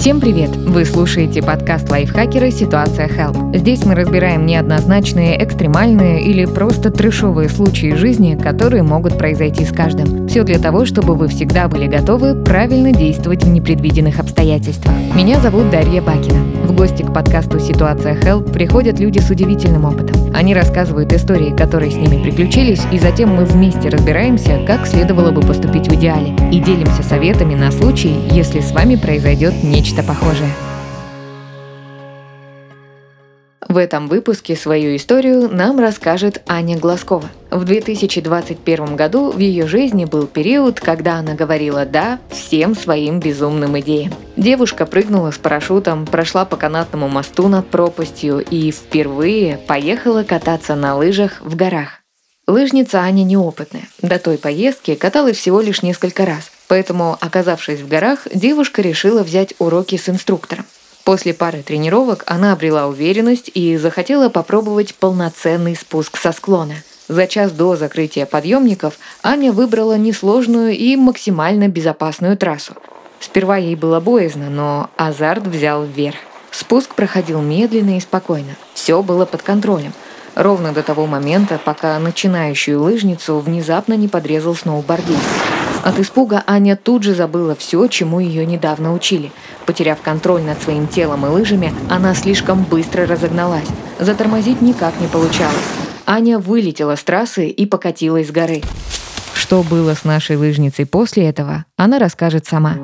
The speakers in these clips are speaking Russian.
Всем привет! Вы слушаете подкаст лайфхакера «Ситуация Help». Здесь мы разбираем неоднозначные, экстремальные или просто трэшовые случаи жизни, которые могут произойти с каждым. Все для того, чтобы вы всегда были готовы правильно действовать в непредвиденных обстоятельствах. Меня зовут Дарья Бакина. В гости к подкасту «Ситуация Help» приходят люди с удивительным опытом. Они рассказывают истории, которые с ними приключились, и затем мы вместе разбираемся, как следовало бы поступить в идеале, и делимся советами на случай, если с вами произойдет нечто похожее. В этом выпуске свою историю нам расскажет Аня Глазкова. В 2021 году в ее жизни был период, когда она говорила «да» всем своим безумным идеям. Девушка прыгнула с парашютом, прошла по канатному мосту над пропастью и впервые поехала кататься на лыжах в горах. Лыжница Аня неопытная. До той поездки каталась всего лишь несколько раз, поэтому, оказавшись в горах, девушка решила взять уроки с инструктором. После пары тренировок она обрела уверенность и захотела попробовать полноценный спуск со склона. За час до закрытия подъемников Аня выбрала несложную и максимально безопасную трассу. Сперва ей было боязно, но азарт взял вверх. Спуск проходил медленно и спокойно. Все было под контролем. Ровно до того момента, пока начинающую лыжницу внезапно не подрезал сноубордист. От испуга Аня тут же забыла все, чему ее недавно учили. Потеряв контроль над своим телом и лыжами, она слишком быстро разогналась. Затормозить никак не получалось. Аня вылетела с трассы и покатилась с горы. Что было с нашей лыжницей после этого, она расскажет сама.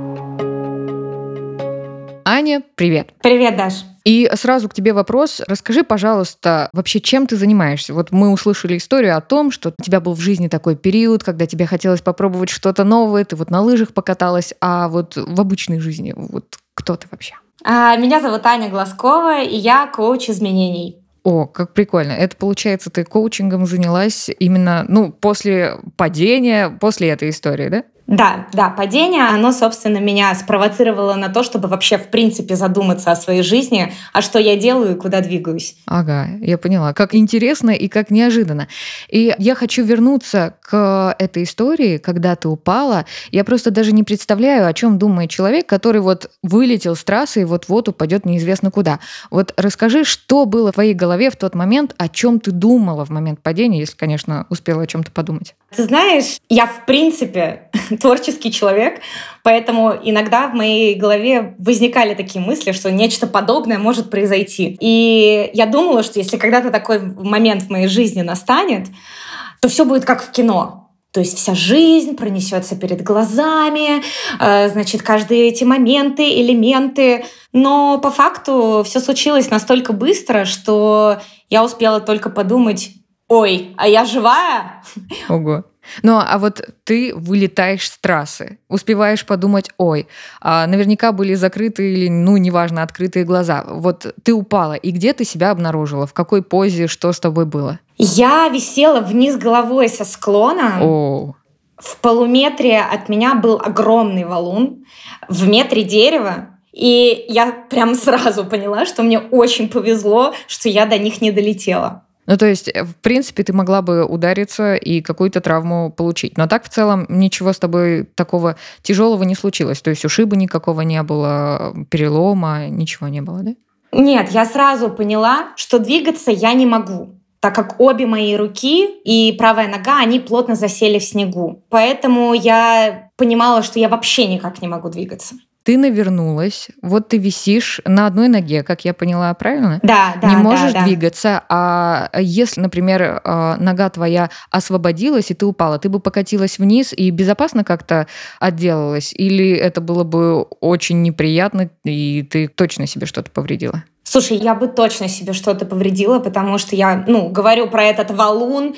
Аня, привет. Привет, Даш. И сразу к тебе вопрос. Расскажи, пожалуйста, вообще, чем ты занимаешься? Вот мы услышали историю о том, что у тебя был в жизни такой период, когда тебе хотелось попробовать что-то новое, ты вот на лыжах покаталась, а вот в обычной жизни, вот кто ты вообще? Меня зовут Аня Глазкова, и я коуч изменений. О, как прикольно. Это, получается, ты коучингом занялась именно, после падения, после этой истории, да? Да, падение, оно, собственно, меня спровоцировало на то, чтобы вообще, в принципе, задуматься о своей жизни, а что я делаю и куда двигаюсь. Ага, я поняла. Как интересно и как неожиданно. И я хочу вернуться к этой истории, когда ты упала. Я просто даже не представляю, о чем думает человек, который вот вылетел с трассы и вот-вот упадет неизвестно куда. Вот расскажи, что было в твоей голове в тот момент, о чем ты думала в момент падения, если, конечно, успела о чем-то подумать. Ты знаешь, я, в принципе, творческий человек, поэтому иногда в моей голове возникали такие мысли, что нечто подобное может произойти. И я думала, что если когда-то такой момент в моей жизни настанет, то все будет как в кино. То есть вся жизнь пронесется перед глазами, значит, каждые эти моменты, элементы. Но по факту все случилось настолько быстро, что я успела только подумать: ой, а я живая? Ого. А вот ты вылетаешь с трассы, успеваешь подумать: ой, наверняка были закрыты или, неважно, открытые глаза. Вот ты упала, и где ты себя обнаружила? В какой позе? Что с тобой было? Я висела вниз головой со склона. О. В полуметре от меня был огромный валун, в метре дерева. И я прям сразу поняла, что мне очень повезло, что я до них не долетела. То есть, в принципе, ты могла бы удариться и какую-то травму получить. Но так, в целом, ничего с тобой такого тяжелого не случилось? То есть ушиба никакого не было, перелома, ничего не было, да? Нет, я сразу поняла, что двигаться я не могу, так как обе мои руки и правая нога, они плотно засели в снегу. Поэтому я понимала, что я вообще никак не могу двигаться. Ты навернулась, вот ты висишь на одной ноге, как я поняла, правильно? Да. Не можешь двигаться, а если, например, нога твоя освободилась, и ты упала, ты бы покатилась вниз и безопасно как-то отделалась? Или это было бы очень неприятно, и ты точно себе что-то повредила? Слушай, я бы точно себе что-то повредила, потому что я, говорю про этот валун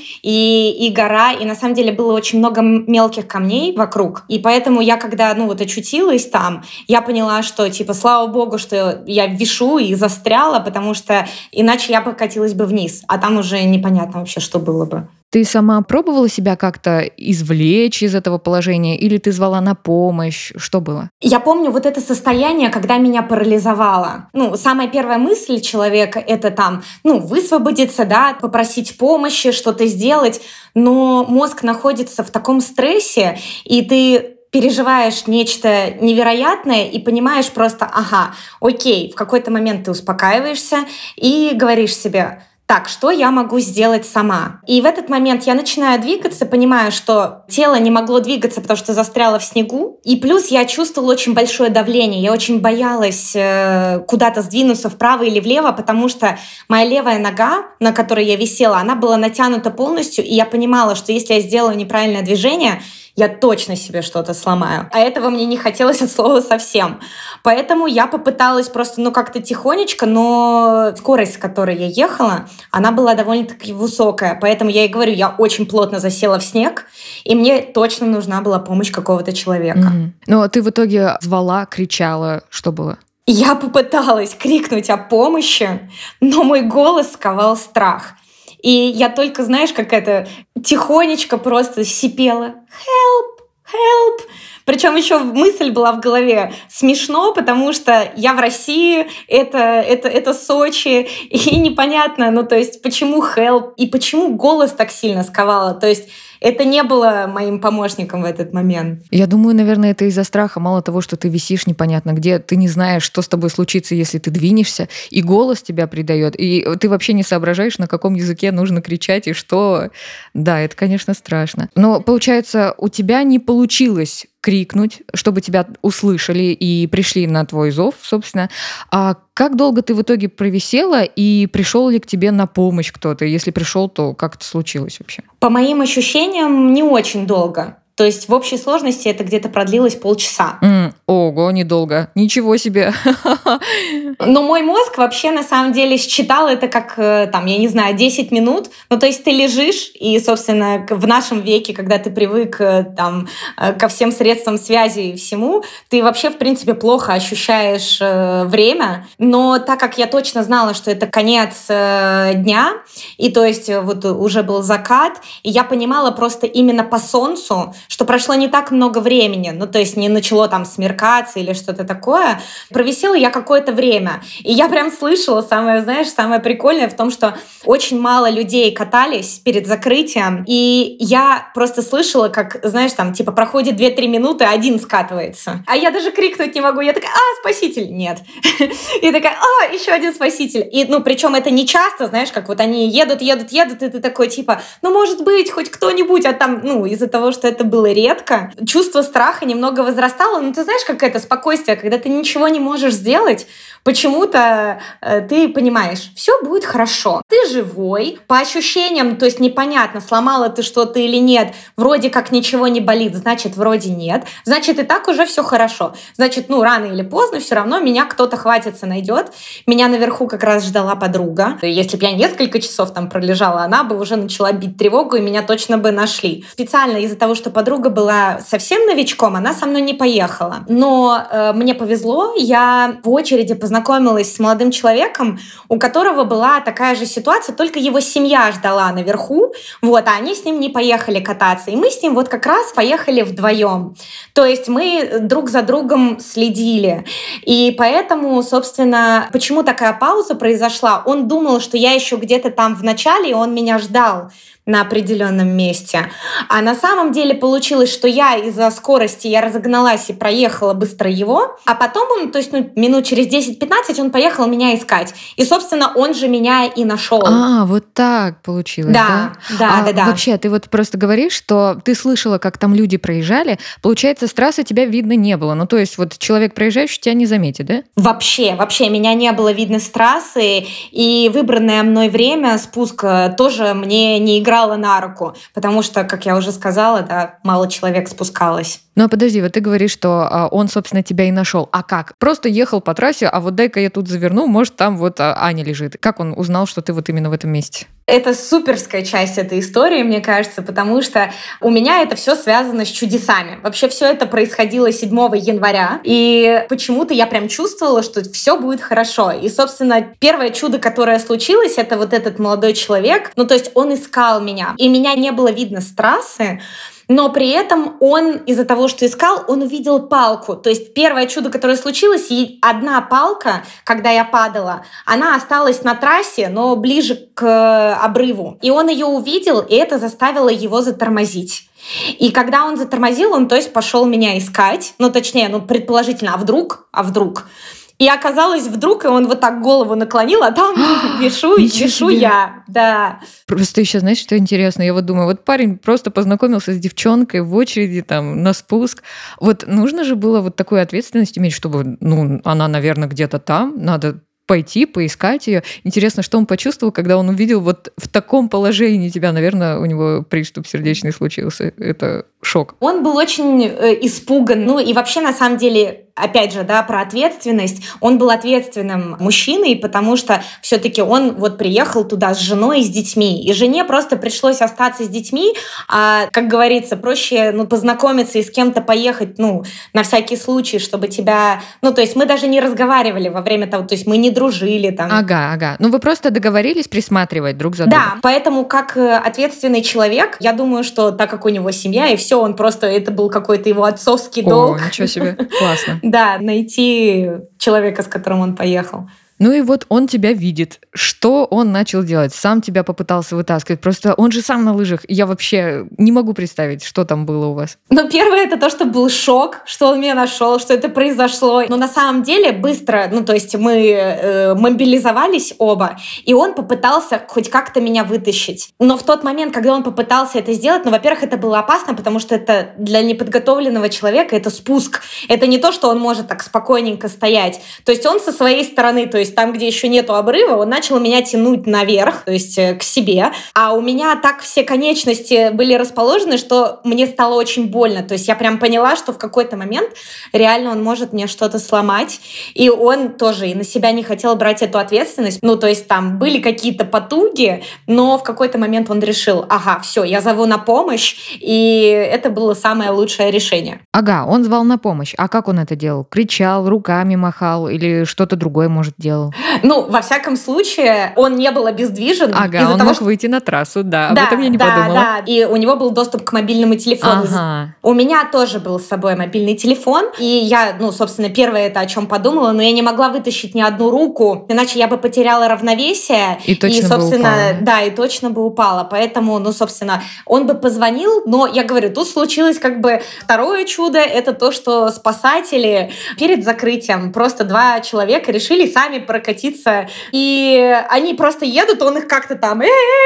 и гора, и на самом деле было очень много мелких камней вокруг. И поэтому я, когда, очутилась там, я поняла, что, слава богу, что я вишу и застряла, потому что иначе я покатилась бы вниз, а там уже непонятно вообще, что было бы. Ты сама пробовала себя как-то извлечь из этого положения, или ты звала на помощь? Что было? Я помню вот это состояние, когда меня парализовало. Самая первая мысль человека — это высвободиться, да, попросить помощи, что-то сделать. Но мозг находится в таком стрессе, и ты переживаешь нечто невероятное и понимаешь просто, ага, окей, в какой-то момент ты успокаиваешься и говоришь себе: так, что я могу сделать сама? И в этот момент я начинаю двигаться, понимаю, что тело не могло двигаться, потому что застряло в снегу. И плюс я чувствовала очень большое давление. Я очень боялась куда-то сдвинуться вправо или влево, потому что моя левая нога, на которой я висела, она была натянута полностью, и я понимала, что если я сделаю неправильное движение, я точно себе что-то сломаю. А этого мне не хотелось от слова совсем. Поэтому я попыталась просто, как-то тихонечко, но скорость, с которой я ехала, она была довольно-таки высокая. Поэтому я и говорю, я очень плотно засела в снег, и мне точно нужна была помощь какого-то человека. Но ты в итоге звала, кричала, что было? Я попыталась крикнуть о помощи, но мой голос сковал страх. И я только, знаешь, как это, тихонечко просто сипела: «Help! Help!» Причем еще мысль была в голове: смешно, потому что я в России, это Сочи, и непонятно, то есть почему help, и почему голос так сильно сковало. То есть это не было моим помощником в этот момент. Я думаю, наверное, это из-за страха. Мало того, что ты висишь непонятно где, ты не знаешь, что с тобой случится, если ты двинешься, и голос тебя придает, и ты вообще не соображаешь, на каком языке нужно кричать и что. Да, это, конечно, страшно. Но, получается, у тебя не получилось крикнуть, чтобы тебя услышали и пришли на твой зов, собственно. А как долго ты в итоге провисела, и пришел ли к тебе на помощь кто-то? Если пришел, то как это случилось вообще? По моим ощущениям, не очень долго. То есть в общей сложности это где-то продлилось полчаса. Ого, недолго. Ничего себе. Но мой мозг вообще на самом деле считал это как, я не знаю, 10 минут. То есть ты лежишь, и, собственно, в нашем веке, когда ты привык ко всем средствам связи и всему, ты вообще, в принципе, плохо ощущаешь время. Но так как я точно знала, что это конец дня, и то есть вот уже был закат, и я понимала просто именно по солнцу, что прошло не так много времени, то есть не начало смеркаться или что-то такое. Провисела я какое-то время. И я прям слышала, самое прикольное в том, что очень мало людей катались перед закрытием, и я просто слышала, как, проходит 2-3 минуты, один скатывается. А я даже крикнуть не могу. Я такая: спаситель! Нет. И такая: еще один спаситель. И, причем это не часто, как вот они едут, и ты такой, может быть, хоть кто-нибудь, а там, из-за того, что это было редко, чувство страха немного возрастало. Ты знаешь, как это спокойствие, когда ты ничего не можешь сделать, почему-то ты понимаешь, все будет хорошо. Ты живой, по ощущениям, то есть непонятно, сломала ты что-то или нет, вроде как ничего не болит, значит, вроде нет, значит, и так уже все хорошо. Значит, рано или поздно все равно меня кто-то хватится, найдет. Меня наверху как раз ждала подруга. Если бы я несколько часов там пролежала, она бы уже начала бить тревогу, и меня точно бы нашли. Специально из-за того, что подруга была совсем новичком, она со мной не поехала. Но мне повезло, я в очереди познакомилась с молодым человеком, у которого была такая же ситуация, только его семья ждала наверху, а они с ним не поехали кататься. И мы с ним как раз поехали вдвоем. То есть мы друг за другом следили. И поэтому, собственно, почему такая пауза произошла? Он думал, что я еще где-то там в начале, и он меня ждал на определенном месте. А на самом деле получилось, что я из-за скорости я разогналась и проехала быстро его, а потом он, минут через 10-15 он поехал меня искать. И, собственно, он же меня и нашел. Вот так получилось, да? Да. Вообще, ты просто говоришь, что ты слышала, как там люди проезжали, получается, с трассы тебя видно не было. То есть человек проезжающий тебя не заметит, да? Вообще, меня не было видно с трассы, и выбранное мной время спуска тоже мне не играло на руку, потому что, как я уже сказала, мало человек спускалось. Подожди, ты говоришь, что он, собственно, тебя и нашел. А как? Просто ехал по трассе, а дай-ка я тут заверну, может, там Аня лежит. Как он узнал, что ты именно в этом месте? Это суперская часть этой истории, мне кажется, потому что у меня это все связано с чудесами. Вообще все это происходило 7 января, и почему-то я прям чувствовала, что все будет хорошо. И, собственно, первое чудо, которое случилось, это этот молодой человек, то есть он искал меня, и меня не было видно с трассы, но при этом он, из-за того, что искал, он увидел палку. То есть первое чудо, которое случилось, и одна палка, когда я падала, она осталась на трассе, но ближе к обрыву. И он ее увидел, и это заставило его затормозить. И когда он затормозил, он, то есть, пошел меня искать, ну, точнее, ну, предположительно, а вдруг. И оказалось, вдруг, и он вот так голову наклонил, а там вешу я. Да. Просто еще, знаешь, что интересно? Я вот думаю, вот парень просто познакомился с девчонкой в очереди там на спуск. Вот нужно же было вот такую ответственность иметь, чтобы, ну, она, наверное, где-то там, надо пойти, поискать ее. Интересно, что он почувствовал, когда он увидел вот в таком положении тебя. Наверное, у него приступ сердечный случился. Это шок. Он был очень испуган. Ну и вообще, на самом деле, опять же, да, про ответственность. Он был ответственным мужчиной, потому что все-таки он вот приехал туда с женой и с детьми. И жене просто пришлось остаться с детьми, а, как говорится, проще, ну, познакомиться и с кем-то поехать, ну, на всякий случай, чтобы тебя... Ну, то есть мы даже не разговаривали во время того, то есть мы не дружили там. Ага. Ну, вы просто договорились присматривать друг за другом. Да, поэтому как ответственный человек, я думаю, что так как у него семья и все, он просто, это был какой-то его отцовский долг. О, ничего себе, классно. Да, найти человека, с которым он поехал. Ну и вот он тебя видит. Что он начал делать? Сам тебя попытался вытаскивать. Просто он же сам на лыжах. Я вообще не могу представить, что там было у вас. Ну, первое, это то, что был шок, что он меня нашел, что это произошло. Но на самом деле быстро, ну, то есть мы мобилизовались оба, и он попытался хоть как-то меня вытащить. Но в тот момент, когда он попытался это сделать, ну, во-первых, это было опасно, потому что это для неподготовленного человека это спуск. Это не то, что он может так спокойненько стоять. То есть он со своей стороны, то есть там, где еще нету обрыва, он начал меня тянуть наверх, то есть к себе. А у меня так все конечности были расположены, что мне стало очень больно. То есть я прям поняла, что в какой-то момент реально он может мне что-то сломать. И он тоже и на себя не хотел брать эту ответственность. Ну, то есть там были какие-то потуги, но в какой-то момент он решил, ага, все, я зову на помощь. И это было самое лучшее решение. Ага, он звал на помощь. А как он это делал? Кричал, руками махал или что-то другое, может, делал? Ну, во всяком случае, он не был обездвижен. Ага, он мог выйти на трассу, да. Об этом я не подумала. Да, и у него был доступ к мобильному телефону. Ага. У меня тоже был с собой мобильный телефон, и я, ну, собственно, первое это о чем подумала, но я не могла вытащить ни одну руку, иначе я бы потеряла равновесие. И точно собственно, бы упала. Да, и точно бы упала. Поэтому, ну, собственно, он бы позвонил, но я говорю, тут случилось как бы второе чудо, это то, что спасатели перед закрытием просто 2 человека решили сами прокатиться, и они просто едут, он их как-то там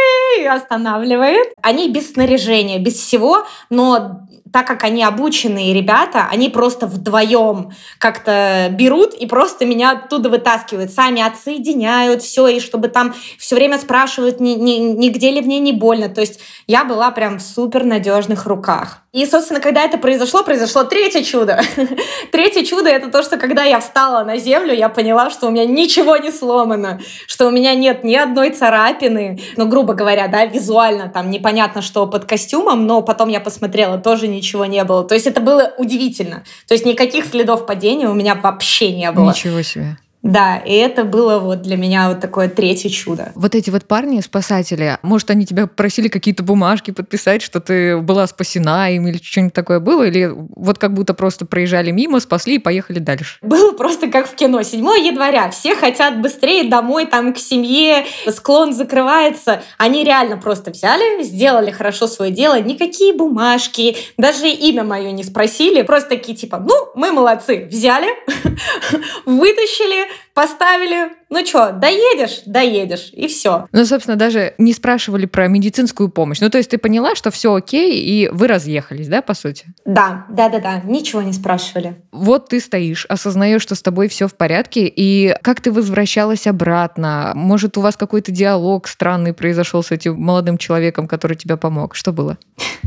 останавливает. Они без снаряжения, без всего, но так как они обученные ребята, они просто вдвоем как-то берут и просто меня оттуда вытаскивают, сами отсоединяют все, и чтобы там все время спрашивают, нигде ли мне не больно. То есть я была прям в супер надежных руках. И, собственно, когда это произошло третье чудо. Третье чудо — это то, что когда я встала на землю, я поняла, что у меня ничего не сломано, что у меня нет ни одной царапины. Ну, грубо говоря, да, визуально там непонятно, что под костюмом, но потом я посмотрела, тоже ничего не было. То есть это было удивительно. То есть никаких следов падения у меня вообще не было. Ничего себе. Да, и это было вот для меня вот такое третье чудо. Вот эти вот парни, спасатели, может, они тебя просили какие-то бумажки подписать, что ты была спасена им или что-нибудь такое было? Или вот как будто просто проезжали мимо, спасли и поехали дальше? Было просто как в кино. 7 января. Все хотят быстрее домой, там, к семье, склон закрывается. Они реально просто взяли, сделали хорошо свое дело. Никакие бумажки, даже имя мое не спросили. Просто такие типа, ну, мы молодцы. Взяли, вытащили, поставили. Ну что, доедешь, и все. Ну, собственно, даже не спрашивали про медицинскую помощь. Ну, то есть ты поняла, что все окей, и вы разъехались, да, по сути? Да, ничего не спрашивали. Вот ты стоишь, осознаешь, что с тобой все в порядке, и как ты возвращалась обратно? Может, у вас какой-то диалог странный произошел с этим молодым человеком, который тебе помог? Что было?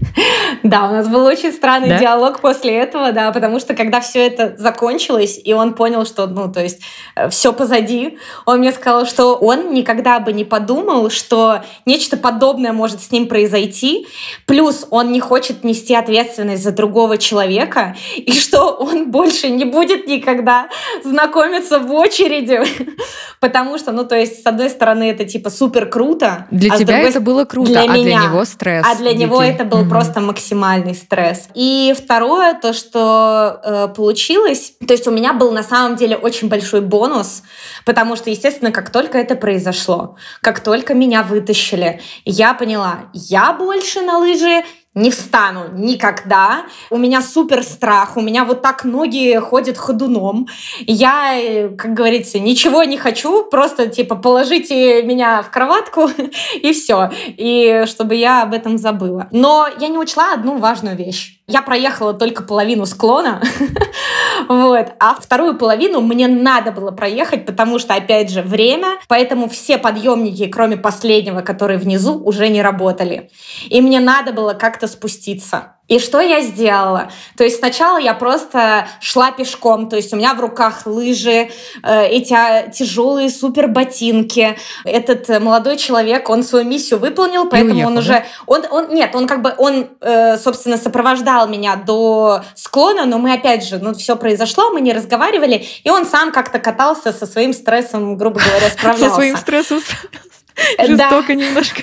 Да, у нас был очень странный диалог после этого, да, потому что когда все это закончилось, и он понял, что, ну, то есть все позади, он мне сказал, что он никогда бы не подумал, что нечто подобное может с ним произойти, плюс он не хочет нести ответственность за другого человека, и что он больше не будет никогда знакомиться в очереди, потому что, ну, то есть, с одной стороны, это типа супер круто. Для тебя это было круто, для него стресс. А для него это был просто максимальный стресс. И второе, то, что получилось, то есть у меня был на самом деле очень большой бонус, потому что, естественно, как только это произошло, как только меня вытащили, я поняла, я больше на лыжи не встану никогда. У меня супер страх, у меня вот так ноги ходят ходуном. Я, как говорится, ничего не хочу, просто типа положите меня в кроватку и все, и чтобы я об этом забыла. Но я не учла одну важную вещь. Я проехала только половину склона, вот, а вторую половину мне надо было проехать, потому что, опять же, время, поэтому все подъемники, кроме последнего, который внизу, уже не работали. И мне надо было как-то спуститься. И что я сделала? То есть сначала я просто шла пешком, то есть у меня в руках лыжи, эти тяжелые супер ботинки. Этот молодой человек, он свою миссию выполнил, поэтому уехал, он уже... Он, собственно, сопровождал меня до склона, но мы, опять же, все произошло, мы не разговаривали, и он сам как-то катался со своим стрессом, грубо говоря, справлялся. Со своим стрессом жестоко немножко.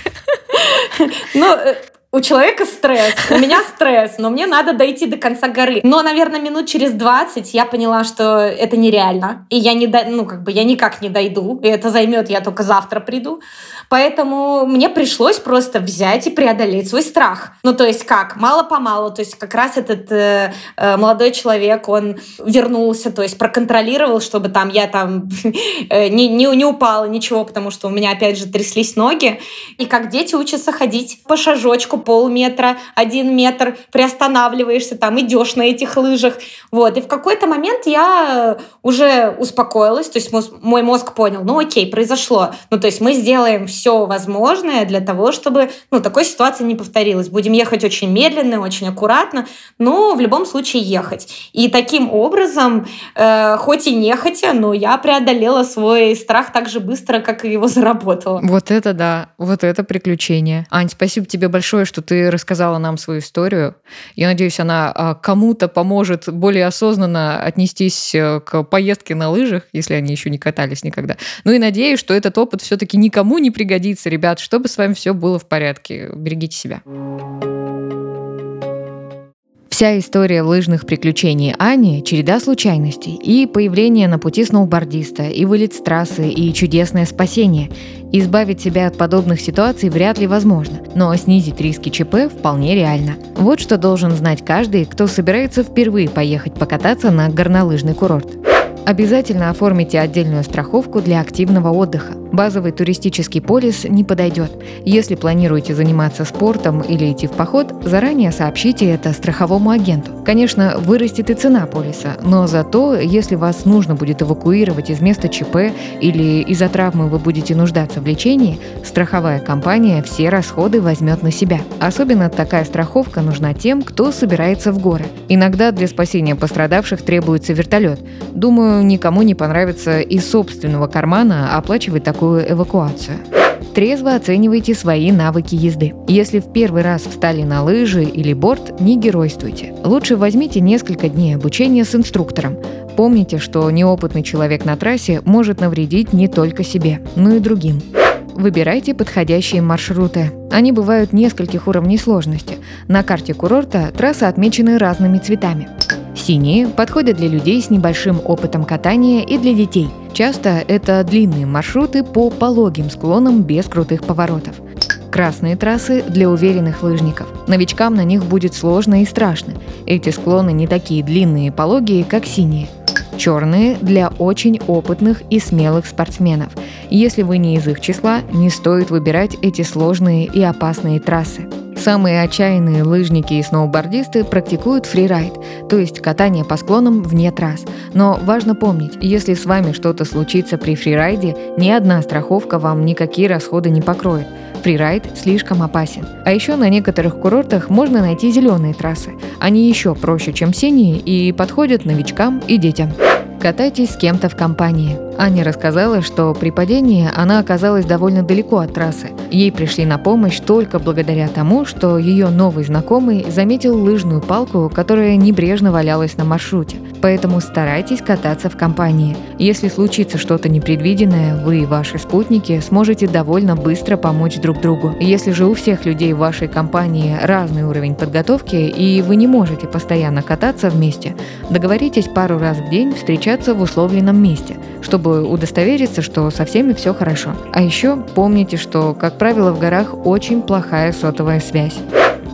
У человека стресс, у меня стресс, но мне надо дойти до конца горы. Но, наверное, минут через 20 я поняла, что это нереально. И я я никак не дойду. И это займет, я только завтра приду. Поэтому мне пришлось просто взять и преодолеть свой страх. То есть как? Мало-помалу. То есть как раз этот молодой человек, он вернулся, то есть проконтролировал, чтобы я не упала, ничего, потому что у меня, опять же, тряслись ноги. И как дети учатся ходить по шажочку, полметра, 1 метр, приостанавливаешься, идешь на этих лыжах. Вот. И в какой-то момент я уже успокоилась, то есть мой мозг понял, окей, произошло. То есть мы сделаем все возможное для того, чтобы такой ситуации не повторилась. Будем ехать очень медленно, очень аккуратно, но в любом случае ехать. И таким образом, хоть и нехотя, но я преодолела свой страх так же быстро, как и его заработала. Вот это да, вот это приключение. Ань, спасибо тебе большое, что ты рассказала нам свою историю. Я надеюсь, она кому-то поможет более осознанно отнестись к поездке на лыжах, если они еще не катались никогда. И надеюсь, что этот опыт все-таки никому не пригодится, ребят, чтобы с вами все было в порядке. Берегите себя. Вся история лыжных приключений Ани – череда случайностей и появление на пути сноубордиста, и вылет с трассы, и чудесное спасение. Избавить себя от подобных ситуаций вряд ли возможно, но снизить риски ЧП вполне реально. Вот что должен знать каждый, кто собирается впервые поехать покататься на горнолыжный курорт. Обязательно оформите отдельную страховку для активного отдыха. Базовый туристический полис не подойдет. Если планируете заниматься спортом или идти в поход, заранее сообщите это страховому агенту. Конечно, вырастет и цена полиса, но зато, если вас нужно будет эвакуировать из места ЧП или из-за травмы вы будете нуждаться в лечении, страховая компания все расходы возьмет на себя. Особенно такая страховка нужна тем, кто собирается в горы. Иногда для спасения пострадавших требуется вертолет. Думаю, никому не понравится из собственного кармана оплачивать такую эвакуацию. Трезво оценивайте свои навыки езды. Если в первый раз встали на лыжи или борт, не геройствуйте. Лучше возьмите несколько дней обучения с инструктором. Помните, что неопытный человек на трассе может навредить не только себе, но и другим. Выбирайте подходящие маршруты. Они бывают нескольких уровней сложности. На карте курорта трассы отмечены разными цветами. Синие подходят для людей с небольшим опытом катания и для детей. Часто это длинные маршруты по пологим склонам без крутых поворотов. Красные трассы для уверенных лыжников. Новичкам на них будет сложно и страшно. Эти склоны не такие длинные и пологие, как синие. Черные для очень опытных и смелых спортсменов. Если вы не из их числа, не стоит выбирать эти сложные и опасные трассы. Самые отчаянные лыжники и сноубордисты практикуют фрирайд, то есть катание по склонам вне трасс. Но важно помнить, если с вами что-то случится при фрирайде, ни одна страховка вам никакие расходы не покроет. Фрирайд слишком опасен. А еще на некоторых курортах можно найти зеленые трассы. Они еще проще, чем синие, и подходят новичкам и детям. Катайтесь с кем-то в компании. Аня рассказала, что при падении она оказалась довольно далеко от трассы. Ей пришли на помощь только благодаря тому, что ее новый знакомый заметил лыжную палку, которая небрежно валялась на маршруте. Поэтому старайтесь кататься в компании. Если случится что-то непредвиденное, вы и ваши спутники сможете довольно быстро помочь друг другу. Если же у всех людей в вашей компании разный уровень подготовки, и вы не можете постоянно кататься вместе, договоритесь пару раз в день встречаться в условленном месте, чтобы удостовериться, что со всеми все хорошо. А еще помните, что, как правило, в горах очень плохая сотовая связь.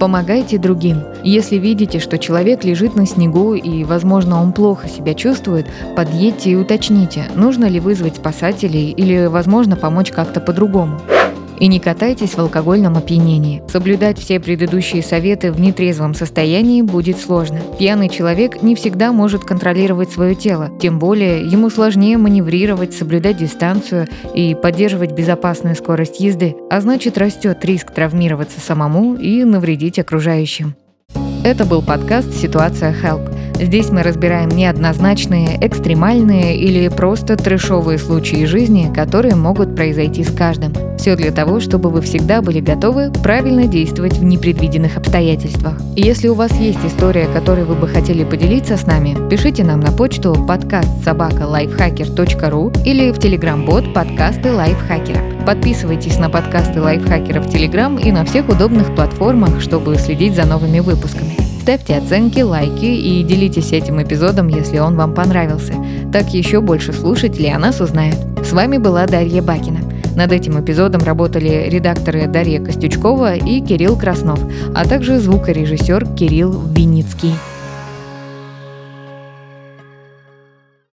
Помогайте другим. Если видите, что человек лежит на снегу и, возможно, он плохо себя чувствует, подъедьте и уточните, нужно ли вызвать спасателей или, возможно, помочь как-то по-другому. И не катайтесь в алкогольном опьянении. Соблюдать все предыдущие советы в нетрезвом состоянии будет сложно. Пьяный человек не всегда может контролировать свое тело, тем более ему сложнее маневрировать, соблюдать дистанцию и поддерживать безопасную скорость езды, а значит растет риск травмироваться самому и навредить окружающим. Это был подкаст «Ситуация Help». Здесь мы разбираем неоднозначные, экстремальные или просто трэшовые случаи жизни, которые могут произойти с каждым. Все для того, чтобы вы всегда были готовы правильно действовать в непредвиденных обстоятельствах. И если у вас есть история, которой вы бы хотели поделиться с нами, пишите нам на почту podcast@lifehacker.ru или в Telegram-бот «Подкасты Лайфхакера». Подписывайтесь на подкасты Лайфхакера в Telegram и на всех удобных платформах, чтобы следить за новыми выпусками. Ставьте оценки, лайки и делитесь этим эпизодом, если он вам понравился. Так еще больше слушателей о нас узнают. С вами была Дарья Бакина. Над этим эпизодом работали редакторы Дарья Костючкова и Кирилл Краснов, а также звукорежиссер Кирилл Винницкий.